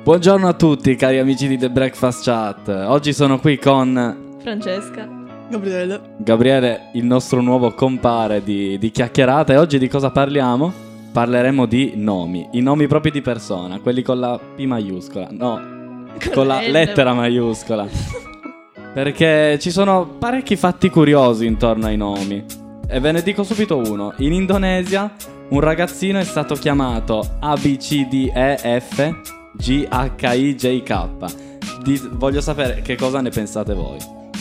Buongiorno a tutti cari amici di The Breakfast Chat. Oggi sono qui con Francesca, Gabriele, il nostro nuovo compare di chiacchierata. E oggi di cosa parliamo? Parleremo di nomi, i nomi propri di persona, quelli con la P maiuscola, no, con la lettera maiuscola. Perché ci sono parecchi fatti curiosi intorno ai nomi. E ve ne dico subito uno. In Indonesia un ragazzino è stato chiamato ABCDEFGHIJK. Voglio sapere che cosa ne pensate voi.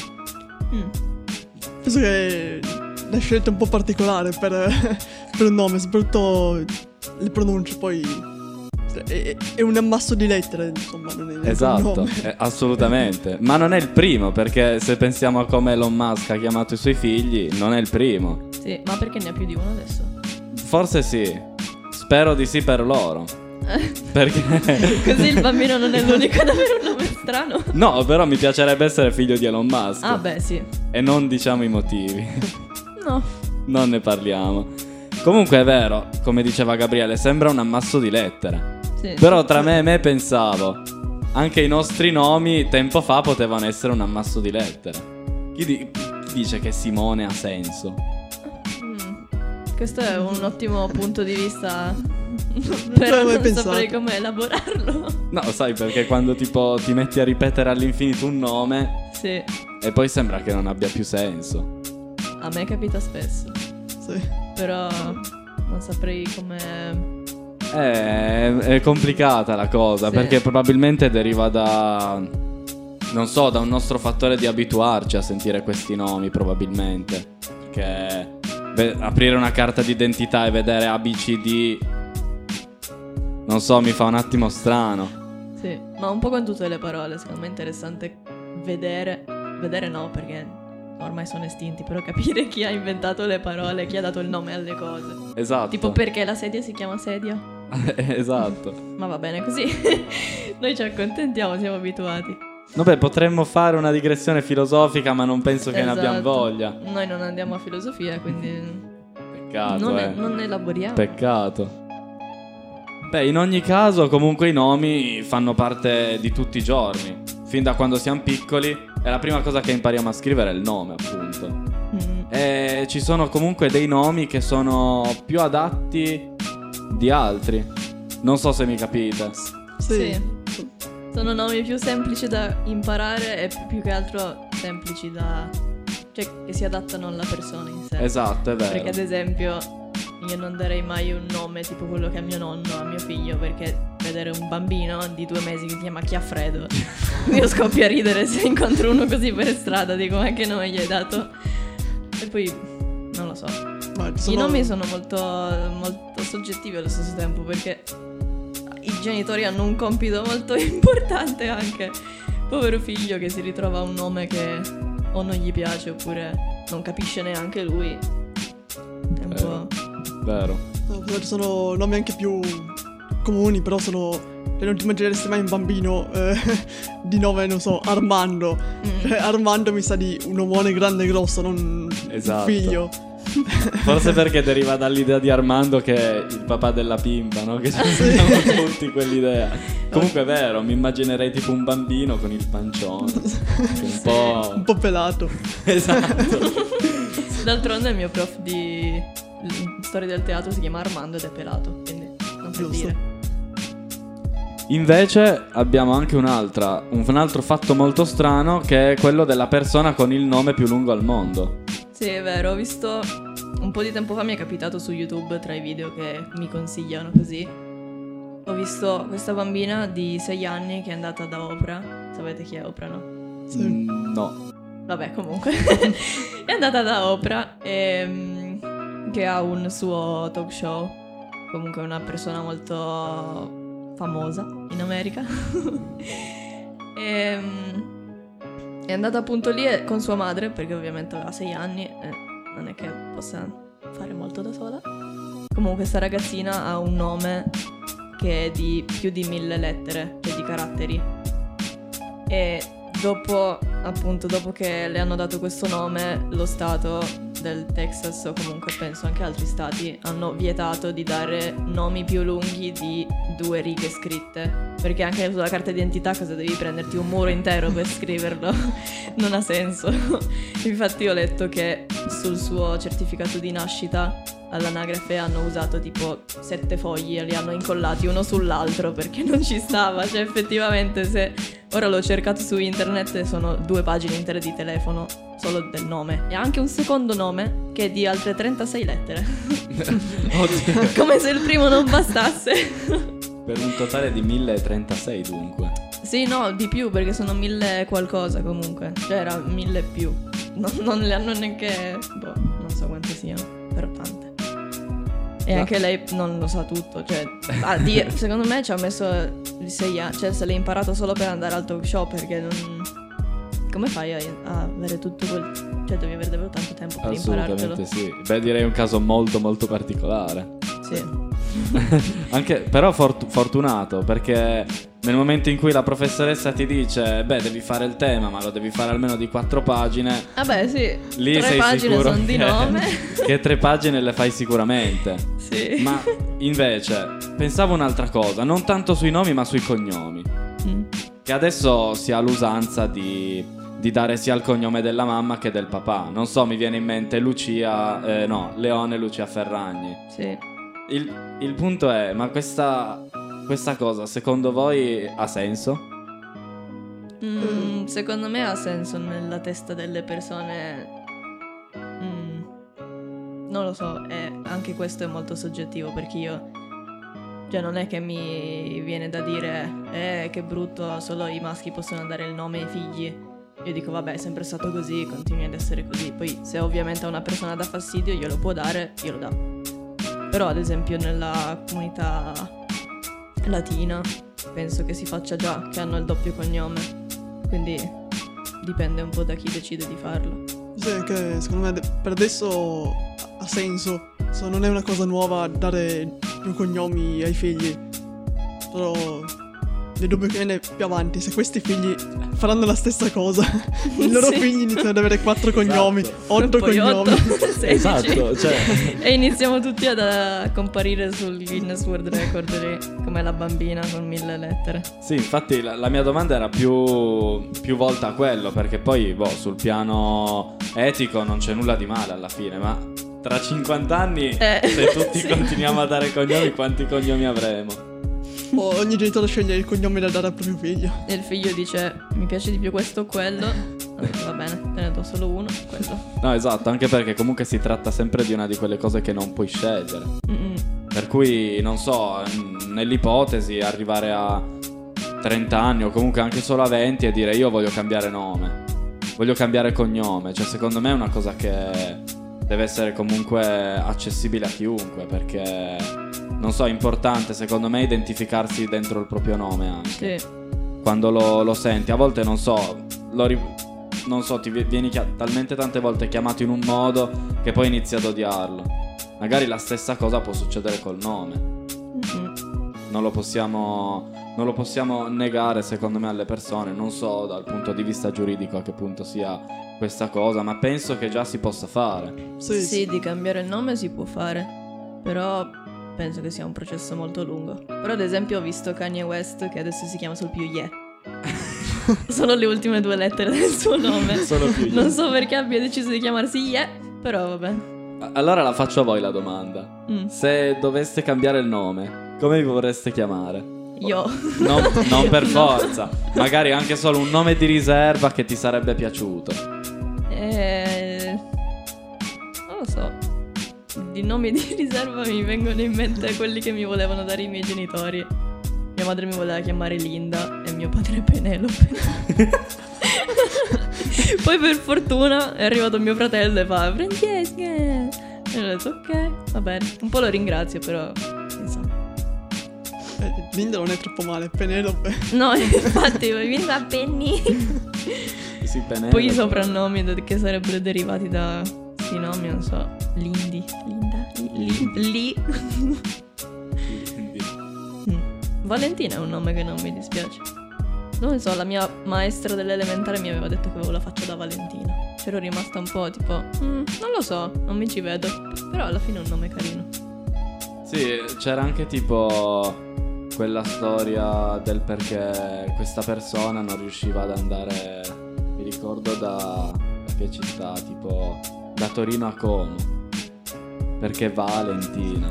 Penso che la scelta è un po' particolare per un nome, soprattutto le pronunce, poi è un ammasso di lettere, insomma, non è Esatto, un nome. assolutamente. Ma non è il primo, perché se pensiamo a come Elon Musk ha chiamato i suoi figli, non è il primo. sì, ma perché ne ha più di uno adesso? Forse sì, spero di sì per loro. Perché Così il bambino non è l'unico ad avere un nome strano. no, però mi piacerebbe essere figlio di Elon Musk. Ah beh, sì. E non diciamo i motivi. No. Non ne parliamo. Comunque è vero, come diceva Gabriele, sembra un ammasso di lettere. Sì. Però tra me e me pensavo, anche i nostri nomi tempo fa potevano essere un ammasso di lettere. Chi dice che Simone ha senso? Questo è un ottimo punto di vista. ci Però avevo mai non pensato. saprei come elaborarlo. No, sai, perché quando tipo ti metti a ripetere all'infinito un nome Sì, e poi sembra che non abbia più senso. a me capita spesso. Sì. Però non saprei come. È complicata la cosa, Sì. perché probabilmente deriva da, non so, da un nostro fattore di abituarci a sentire questi nomi, probabilmente. Che aprire una carta d'identità e vedere ABCD, non so, mi fa un attimo strano. Sì, ma un po' con tutte le parole. Secondo me è interessante vedere no, perché ormai sono estinti, però capire chi ha inventato le parole, chi ha dato il nome alle cose. Esatto. Tipo perché la sedia si chiama sedia. Esatto. Ma va bene così. Noi ci accontentiamo, siamo abituati. Vabbè, potremmo fare una digressione filosofica, ma non penso che ne abbiamo Esatto. voglia. Noi non andiamo a filosofia, quindi Peccato, non elaboriamo. Peccato. Beh, in ogni caso, comunque i nomi fanno parte di tutti i giorni. Fin da quando siamo piccoli, è la prima cosa che impariamo a scrivere è il nome, appunto. E ci sono comunque dei nomi che sono più adatti di altri. Non so se mi capite. Sì. Sono nomi più semplici da imparare e più che altro semplici da... cioè che si adattano alla persona in sé. Esatto, è vero. Perché ad esempio io non darei mai un nome tipo quello che ha mio nonno a mio figlio, perché vedere un bambino di 2 mesi che si chiama Chiaffredo io scoppio a ridere se incontro uno così per strada, dico ma che nome gli hai dato? E poi non lo so. Ma I nomi sono molto, molto soggettivi allo stesso tempo, perché i genitori hanno un compito molto importante anche. Povero figlio che si ritrova un nome che o non gli piace oppure non capisce neanche lui. È un po'... Vero. Ci sono nomi anche più comuni, però sono... cioè, non ti immagineresti mai un bambino di nome, non so, Armando. Cioè, Armando mi sa di un omone grande e grosso, non Esatto. un figlio. Forse perché deriva dall'idea di Armando che è il papà della pimpa, no? Che ci abbiamo tutti quell'idea. Comunque è vero, mi immaginerei tipo un bambino con il pancione, che un po'... Un po' pelato. Esatto. D'altronde il mio prof di storia del teatro si chiama Armando ed è pelato, quindi non per Giusto. dire. Invece abbiamo anche un altro fatto molto strano, che è quello della persona con il nome più lungo al mondo. Sì, è vero, ho visto un po' di tempo fa, mi è capitato su YouTube tra i video che mi consigliano così. Ho visto questa bambina di 6 anni che è andata da Oprah. Sapete chi è Oprah, no? Sì. No. Vabbè, comunque è andata da Oprah che ha un suo talk show. Comunque è una persona molto famosa in America. È andata appunto lì con sua madre, perché ovviamente aveva 6 anni e non è che possa fare molto da sola. Comunque questa ragazzina ha un nome che è di più di 1000 lettere, cioè di caratteri. E dopo che le hanno dato questo nome, lo Stato del Texas o comunque penso anche altri stati hanno vietato di dare nomi più lunghi di 2 righe scritte, perché anche sulla carta d'identità cosa devi prenderti un muro intero per scriverlo? Non ha senso. Infatti ho letto che sul suo certificato di nascita all'anagrafe hanno usato tipo 7 fogli e li hanno incollati uno sull'altro perché non ci stava. Cioè effettivamente se ora l'ho cercato su internet e sono 2 pagine intere di telefono solo del nome e anche un secondo nome che è di altre 36 lettere. Oddio. Come se il primo non bastasse. Per un totale di 1036 dunque. Sì, no, di più perché sono 1000 qualcosa comunque. Cioè era 1000 più. Non le hanno neanche... boh, non so quante siano, però tante. E anche lei non lo sa tutto, cioè secondo me ci ha messo 6 anni, cioè se l'è imparato solo per andare al talk show, perché non... Come fai a avere tutto quel... cioè devi avere davvero tanto tempo per imparartelo. Assolutamente sì. Beh, direi un caso molto molto particolare. Sì. Anche però fortunato, perché nel momento in cui la professoressa ti dice beh devi fare il tema ma lo devi fare almeno di 4 pagine, vabbè sì, lì 3 sei pagine sicuro sono di nome. che 3 pagine le fai sicuramente. Sì. Ma invece pensavo un'altra cosa, non tanto sui nomi ma sui cognomi, che adesso si ha l'usanza di dare sia il cognome della mamma che del papà. Non so, mi viene in mente Leone Lucia Ferragni. Sì. Il punto è, ma questa cosa secondo voi ha senso? Secondo me ha senso nella testa delle persone. Non lo so, anche questo è molto soggettivo, perché io, cioè non è che mi viene da dire che brutto, solo i maschi possono dare il nome ai figli. Io dico vabbè, è sempre stato così, continui ad essere così. Poi se ovviamente a una persona dà fastidio glielo può dare, glielo dà. Però ad esempio nella comunità latina penso che si faccia già, che hanno il doppio cognome, quindi dipende un po' da chi decide di farlo. Sì, anche secondo me per adesso ha senso, non è una cosa nuova dare più cognomi ai figli, però nel dubbio che viene più avanti, se questi figli faranno la stessa cosa, i loro figli iniziano ad avere 4 cognomi, 8 poi cognomi. 8, 16. Esatto, cioè. E iniziamo tutti a comparire sul Guinness World Record lì, come la bambina con 1000 lettere. Sì, infatti la mia domanda era più volta a quello, perché poi sul piano etico non c'è nulla di male alla fine, ma tra 50 anni se tutti sì. continuiamo a dare cognomi, quanti cognomi avremo? O ogni genitore sceglie il cognome da dare al proprio figlio. E il figlio dice mi piace di più questo o quello. Ho detto va bene, te ne do solo uno, quello. No, esatto, anche perché comunque si tratta sempre di una di quelle cose che non puoi scegliere. Per cui, non so, nell'ipotesi arrivare a 30 anni o comunque anche solo a 20 e dire io voglio cambiare nome, voglio cambiare cognome. Cioè secondo me è una cosa che deve essere comunque accessibile a chiunque, perché... non so, è importante secondo me identificarsi dentro il proprio nome anche. Sì. Quando lo senti, a volte non so, ti vieni talmente tante volte chiamato in un modo che poi inizi ad odiarlo. Magari la stessa cosa può succedere col nome. Non lo possiamo negare secondo me alle persone. Non so dal punto di vista giuridico a che punto sia questa cosa, ma penso che già si possa fare. Sì, di cambiare il nome si può fare, però penso che sia un processo molto lungo. Però ad esempio ho visto Kanye West che adesso si chiama solo più Ye. Sono le ultime 2 lettere del suo nome. Solo più Ye. Non so perché abbia deciso di chiamarsi Ye, però vabbè. Allora la faccio a voi la domanda. Se doveste cambiare il nome, come vi vorreste chiamare? Io. Non per forza. Magari anche solo un nome di riserva che ti sarebbe piaciuto. Non lo so. Di nomi di riserva mi vengono in mente quelli che mi volevano dare i miei genitori. Mia madre mi voleva chiamare Linda e mio padre Penelope. Poi per fortuna è arrivato mio fratello e fa Francesca. E ho detto ok, va bene. Un po' lo ringrazio, però insomma. Linda non è troppo male, Penelope. No, infatti mi fa Penny. Sì, Penelope. Poi i soprannomi che sarebbero derivati da questi nomi, non so. Lindy, Linda, Li. Valentina è un nome che non mi dispiace. Non so, la mia maestra dell'elementare mi aveva detto che avevo la faccia da Valentina. c'ero rimasta un po' tipo, non lo so, non mi ci vedo. Però alla fine è un nome carino. Sì, c'era anche tipo quella storia del perché questa persona non riusciva ad andare, mi ricordo da che città, tipo da Torino a Como, perché Valentina.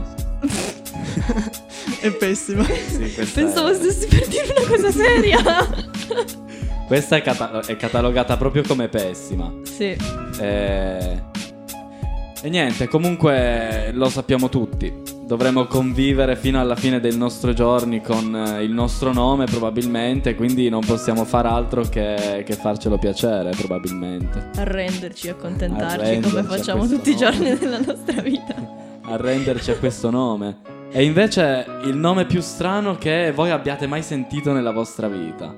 È pessima. Sì, Pensavo stessi per dire una cosa seria. Questa è catalogata proprio come pessima. Sì. E niente, comunque lo sappiamo tutti. Dovremo convivere fino alla fine dei nostri giorni con il nostro nome probabilmente, quindi non possiamo far altro che farcelo piacere probabilmente. Arrenderci, accontentarci Arrenderci come a facciamo questo tutti i nome. giorni della nostra vita. Arrenderci a questo nome. E invece il nome più strano che voi abbiate mai sentito nella vostra vita?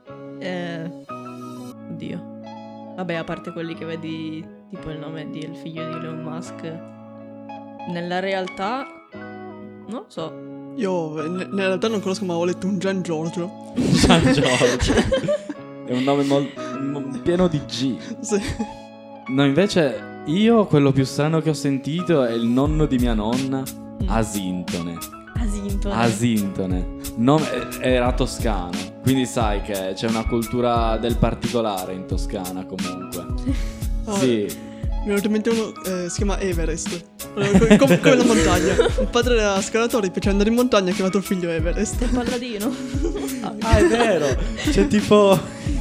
Oddio. Vabbè, a parte quelli che vedi, tipo il nome del figlio di Elon Musk. Nella realtà, non lo so. Io nella realtà non conosco, ma ho letto un Gian Giorgio. Gian Giorgio. È un nome pieno di G. Sì. No, invece io quello più strano che ho sentito è il nonno di mia nonna, Asintone. Asintone. Era toscano, quindi sai che c'è una cultura del particolare in Toscana comunque. Sì. Mi è venuto in mente uno, si chiama Everest. Come la montagna. Il padre era scalatore, piaceva andare in montagna, ha chiamato il figlio Everest. Il palladino. Ah, è vero. C'è tipo...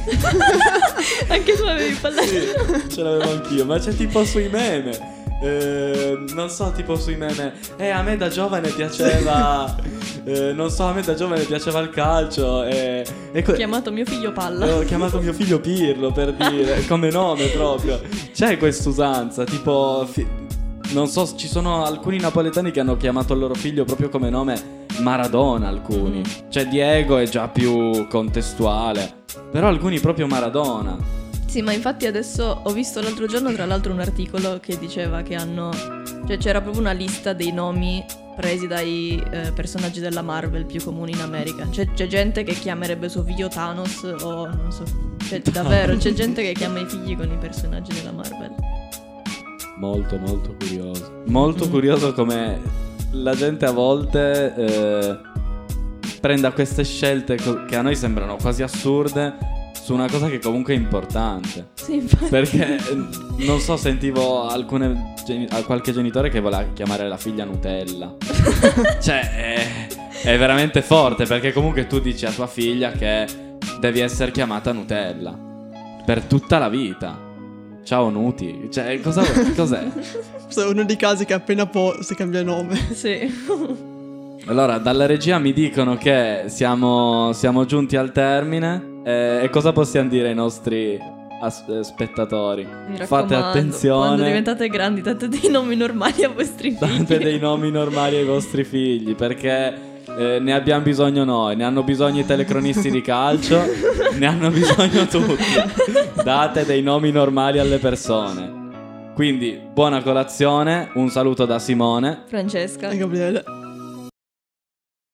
Anche tu avevi il palladino. Sì, ce l'avevo anch'io, ma c'è tipo sui meme. Non so, tipo sui meme. A me da giovane piaceva. Non so, a me da giovane piaceva il calcio. Ho chiamato mio figlio Palla. Ho chiamato mio figlio Pirlo, per dire, come nome proprio. C'è quest'usanza, tipo. Non so, ci sono alcuni napoletani che hanno chiamato il loro figlio proprio come nome Maradona, alcuni. Cioè Diego è già più contestuale, però alcuni proprio Maradona. Sì, ma infatti adesso ho visto l'altro giorno tra l'altro un articolo che diceva che hanno... Cioè c'era proprio una lista dei nomi presi dai personaggi della Marvel più comuni in America. C'è gente che chiamerebbe suo figlio Thanos o non so. Cioè davvero, c'è gente che chiama i figli con i personaggi della Marvel. Molto, molto curioso. Molto curioso come la gente a volte prenda queste scelte che a noi sembrano quasi assurde su una cosa che comunque è importante. Sì, infatti. Perché non so, sentivo qualche genitore che voleva chiamare la figlia Nutella. Cioè è veramente forte, perché comunque tu dici a tua figlia che devi essere chiamata Nutella per tutta la vita. Ciao Nuti. Cioè cos'è? Questo è uno dei casi che appena può si cambia nome. Sì. Allora, dalla regia mi dicono che siamo giunti al termine. E cosa possiamo dire ai nostri spettatori? Mi Fate raccomando, attenzione. quando diventate grandi date dei nomi normali a vostri figli. Date dei nomi normali ai vostri figli, perché ne abbiamo bisogno noi. Ne hanno bisogno i telecronisti di calcio. Ne hanno bisogno tutti. Date dei nomi normali alle persone. Quindi buona colazione. Un saluto da Simone, Francesca E Gabriele.